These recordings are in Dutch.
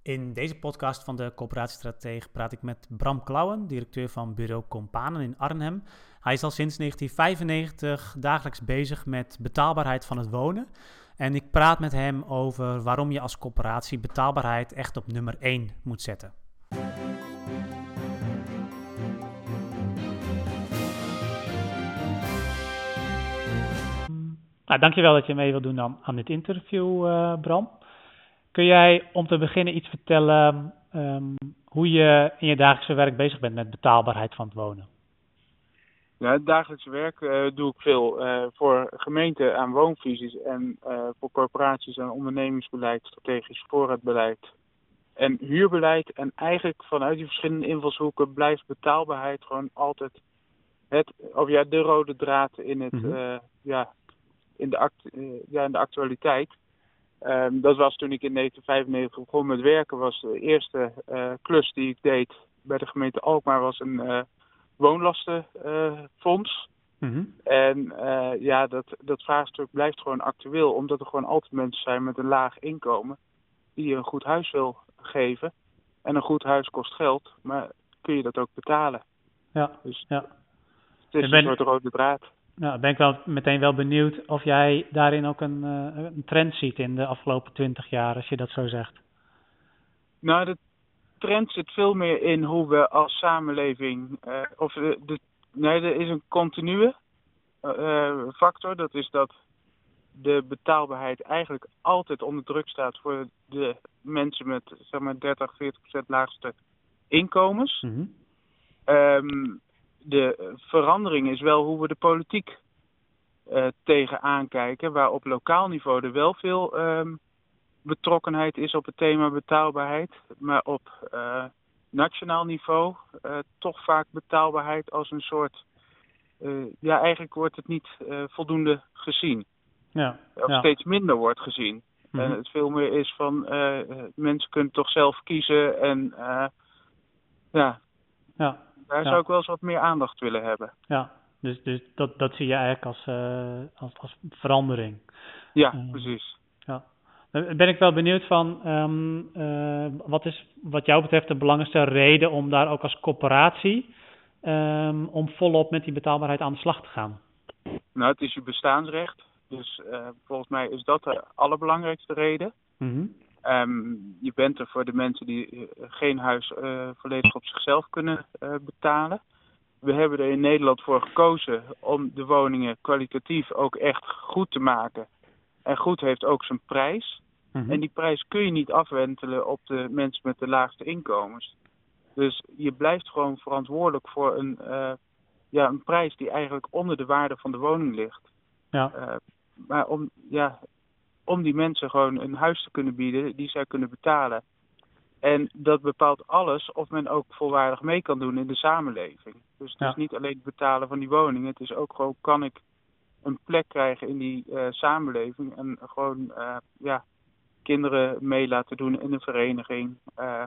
In deze podcast van de Coöperatiestratege praat ik met Bram Klauwen, directeur van Bureau Companen in Arnhem. Hij is al sinds 1995 dagelijks bezig met betaalbaarheid van het wonen. En ik praat met hem over waarom je als coöperatie betaalbaarheid echt op nummer 1 moet zetten. Dankjewel dat je mee wilt doen aan dit interview, Bram. Kun jij om te beginnen iets vertellen hoe je in je dagelijkse werk bezig bent met betaalbaarheid van het wonen? Ja, het dagelijkse werk doe ik veel voor gemeenten aan woonvisies en voor corporaties aan ondernemingsbeleid, strategisch voorraadbeleid en huurbeleid. En eigenlijk vanuit die verschillende invalshoeken blijft betaalbaarheid gewoon altijd de rode draad in het, in de actualiteit. Dat was toen ik in 1995 begon met werken, was de eerste klus die ik deed bij de gemeente Alkmaar was een woonlastenfonds. En dat vraagstuk blijft gewoon actueel, omdat er gewoon altijd mensen zijn met een laag inkomen die je een goed huis wil geven. En een goed huis kost geld, maar kun je dat ook betalen? Ja, dus ja. Het is een soort rode draad. Nou, ben ik wel meteen benieuwd of jij daarin ook een trend ziet in de afgelopen 20 jaar, als je dat zo zegt. Nou, de trend zit veel meer in hoe we als samenleving, er is een continue factor. Dat is dat de betaalbaarheid eigenlijk altijd onder druk staat voor de mensen met zeg maar 30-40% laagste inkomens. De verandering is wel hoe we de politiek tegenaan kijken, waar op lokaal niveau er wel veel betrokkenheid is op het thema betaalbaarheid, maar op nationaal niveau toch vaak betaalbaarheid als een soort, eigenlijk wordt het niet voldoende gezien. Steeds minder wordt gezien. En het veel meer is van mensen kunnen toch zelf kiezen en daar zou ik wel eens wat meer aandacht willen hebben. Ja, dus dat zie je eigenlijk als verandering. Ja, precies. Ja. Dan ben ik wel benieuwd van, wat is wat jou betreft de belangrijkste reden om daar ook als coöperatie om volop met die betaalbaarheid aan de slag te gaan? Nou, het is je bestaansrecht. Dus volgens mij is dat de allerbelangrijkste reden. Je bent er voor de mensen die geen huis volledig op zichzelf kunnen betalen. We hebben er in Nederland voor gekozen om de woningen kwalitatief ook echt goed te maken. En goed heeft ook zijn prijs. En die prijs kun je niet afwentelen op de mensen met de laagste inkomens. Dus je blijft gewoon verantwoordelijk voor een prijs die eigenlijk onder de waarde van de woning ligt. Ja. Maar om die mensen gewoon een huis te kunnen bieden die zij kunnen betalen. En dat bepaalt alles of men ook volwaardig mee kan doen in de samenleving. Dus het is niet alleen het betalen van die woning. Het is ook gewoon, kan ik een plek krijgen in die samenleving. En gewoon kinderen mee laten doen in een vereniging.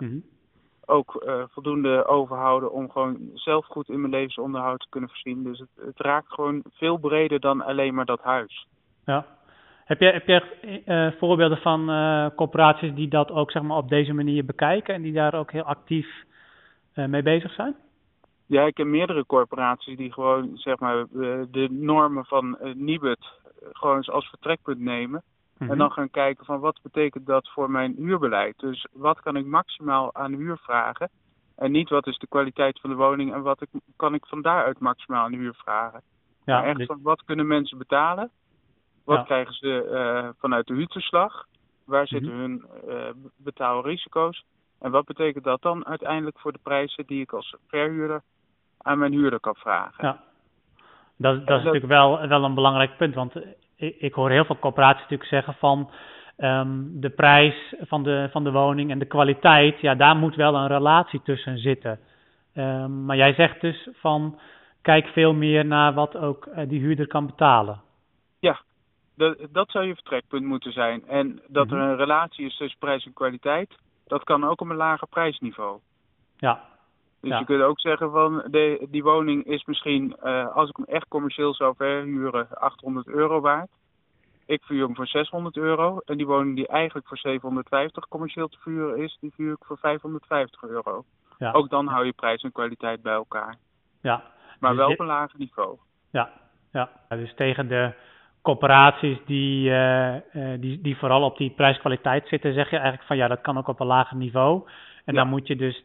Ook voldoende overhouden om gewoon zelf goed in mijn levensonderhoud te kunnen voorzien. Dus het raakt gewoon veel breder dan alleen maar dat huis. Ja. Heb je voorbeelden van corporaties die dat ook zeg maar op deze manier bekijken en die daar ook heel actief mee bezig zijn? Ja, ik heb meerdere corporaties die gewoon zeg maar de normen van Nibud gewoon als vertrekpunt nemen. En dan gaan kijken van wat betekent dat voor mijn huurbeleid. Dus wat kan ik maximaal aan huur vragen? En niet wat is de kwaliteit van de woning en kan ik van daaruit maximaal aan huur vragen. Ja, maar echt van wat kunnen mensen betalen? Wat krijgen ze vanuit de huurtoeslag? Waar zitten hun betaalrisico's? En wat betekent dat dan uiteindelijk voor de prijzen die ik als verhuurder aan mijn huurder kan vragen? Ja. Dat is natuurlijk wel een belangrijk punt. Want ik hoor heel veel corporaties natuurlijk zeggen van de prijs van de woning en de kwaliteit, ja, daar moet wel een relatie tussen zitten. Maar jij zegt dus van kijk veel meer naar wat ook die huurder kan betalen. Ja. Dat zou je vertrekpunt moeten zijn. En dat er een relatie is tussen prijs en kwaliteit, dat kan ook op een lager prijsniveau. Ja. Dus je kunt ook zeggen van die woning is misschien, als ik hem echt commercieel zou verhuren, €800 waard. ik verhuur hem voor €600 en die woning die eigenlijk voor 750 commercieel te verhuren is, die verhuur ik voor €550. Ja. Ook dan hou je prijs en kwaliteit bij elkaar. Ja. Maar Dus wel op een lager niveau. Ja. Dus tegen de corporaties die vooral op die prijskwaliteit zitten, zeg je eigenlijk van ja, dat kan ook op een lager niveau. En dan moet je dus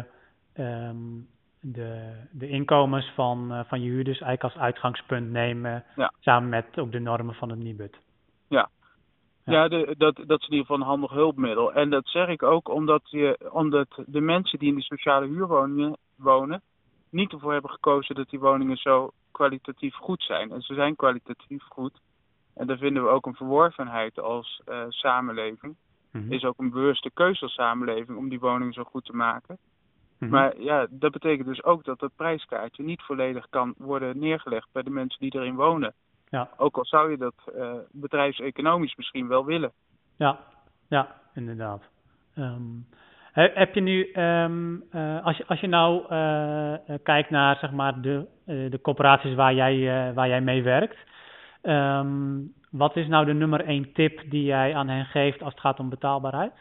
de inkomens van je huurders eigenlijk als uitgangspunt nemen, samen met ook de normen van het Nibud. Ja, dat is in ieder geval een handig hulpmiddel. En dat zeg ik ook omdat de mensen die in die sociale huurwoningen wonen, niet ervoor hebben gekozen dat die woningen zo kwalitatief goed zijn. En ze zijn kwalitatief goed. En daar vinden we ook een verworvenheid als samenleving. Mm-hmm. Is ook een bewuste keuze als samenleving om die woningen zo goed te maken. Mm-hmm. Maar ja, dat betekent dus ook dat het prijskaartje niet volledig kan worden neergelegd bij de mensen die erin wonen. Ja. Ook al zou je dat bedrijfseconomisch misschien wel willen. Ja, inderdaad. Heb je nu, als je nou kijkt naar zeg maar de corporaties waar jij mee werkt, wat is nou de nummer 1 tip die jij aan hen geeft als het gaat om betaalbaarheid?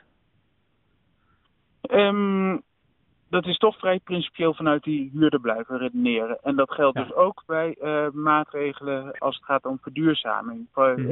Dat is toch vrij principieel vanuit die huurder blijven redeneren. En dat geldt dus ook bij maatregelen als het gaat om verduurzaming.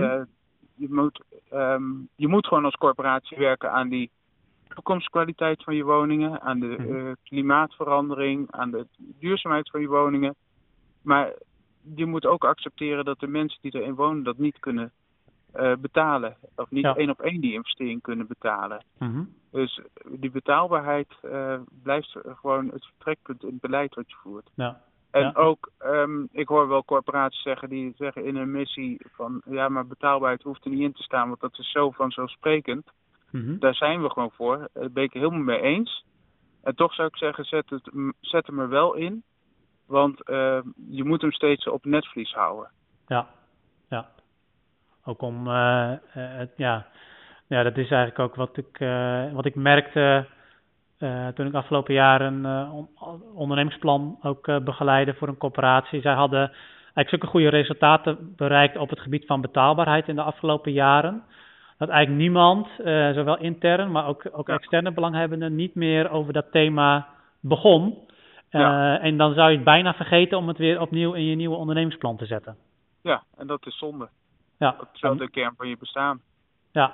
Je moet gewoon als corporatie werken aan die toekomstkwaliteit van je woningen, aan de klimaatverandering, aan de duurzaamheid van je woningen. Maar je moet ook accepteren dat de mensen die erin wonen dat niet kunnen betalen. Of niet 1 op 1 die investering kunnen betalen. Mm-hmm. Dus die betaalbaarheid blijft gewoon het vertrekpunt in het beleid wat je voert. Ja. En ook, ik hoor wel corporaties die zeggen in hun missie van ja, maar betaalbaarheid hoeft er niet in te staan, want dat is zo vanzelfsprekend. Mm-hmm. Daar zijn we gewoon voor. Daar ben ik het helemaal mee eens. En toch zou ik zeggen, zet hem er wel in. Want je moet hem steeds op netvlies houden. Ja. Ook om, dat is eigenlijk ook wat ik merkte toen ik afgelopen jaar een ondernemingsplan ook begeleidde voor een corporatie. Zij hadden eigenlijk zulke goede resultaten bereikt op het gebied van betaalbaarheid in de afgelopen jaren. Dat eigenlijk niemand, zowel intern, maar ook externe belanghebbenden, niet meer over dat thema begon. En dan zou je het bijna vergeten om het weer opnieuw in je nieuwe ondernemingsplan te zetten. Ja, en dat is zonde. Ja. Dat is wel de kern van je bestaan. Ja.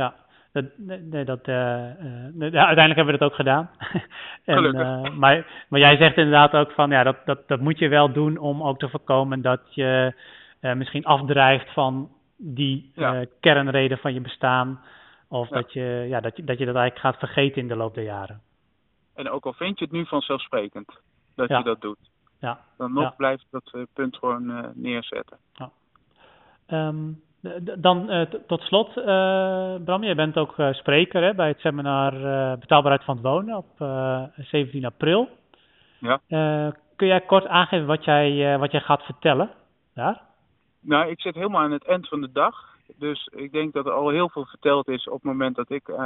Uiteindelijk hebben we dat ook gedaan. Maar jij zegt inderdaad ook van, ja, dat moet je wel doen om ook te voorkomen dat je misschien afdrijft van die kernreden van je bestaan. Of dat je dat eigenlijk gaat vergeten in de loop der jaren. En ook al vind je het nu vanzelfsprekend dat je dat doet. Ja. Dan nog blijft dat punt gewoon neerzetten. Ja. Dan tot slot, Bram, jij bent ook spreker bij het seminar Betaalbaarheid van het Wonen op 17 april. Ja. Kun jij kort aangeven wat jij gaat vertellen daar? Nou, ik zit helemaal aan het eind van de dag. Dus ik denk dat er al heel veel verteld is op het moment dat ik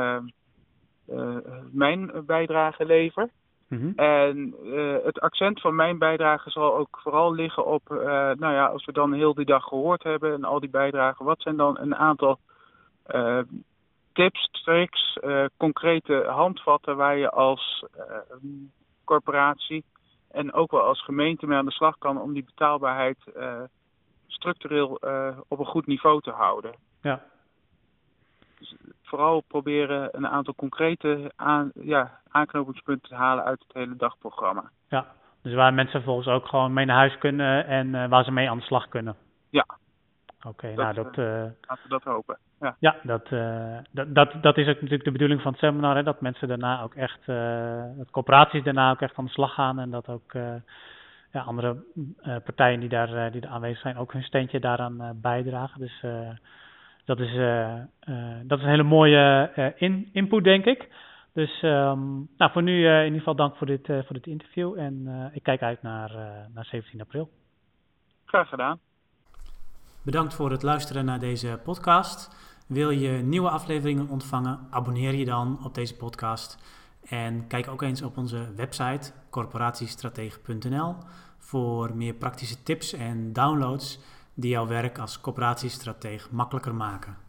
mijn bijdrage lever. Mm-hmm. En het accent van mijn bijdrage zal ook vooral liggen op, als we dan heel die dag gehoord hebben en al die bijdragen, wat zijn dan een aantal tips, tricks, concrete handvatten waar je als corporatie en ook wel als gemeente mee aan de slag kan om die betaalbaarheid structureel op een goed niveau te houden. Ja. Dus vooral proberen een aantal concrete aanknopingspunten te halen uit het hele dagprogramma. Ja, dus waar mensen vervolgens ook gewoon mee naar huis kunnen en waar ze mee aan de slag kunnen. Ja. Oké, laten we dat hopen. Ja, dat is ook natuurlijk de bedoeling van het seminar, hè, dat mensen daarna ook echt, dat corporaties daarna ook echt aan de slag gaan en dat ook andere partijen die daar aanwezig zijn ook hun steentje daaraan bijdragen. Dus dat is een hele mooie input, denk ik. Dus voor nu in ieder geval dank voor dit interview en ik kijk uit naar 17 april. Graag gedaan. Bedankt voor het luisteren naar deze podcast. Wil je nieuwe afleveringen ontvangen? Abonneer je dan op deze podcast. En kijk ook eens op onze website corporatiestratege.nl voor meer praktische tips en downloads die jouw werk als coöperatiestrateeg makkelijker maken?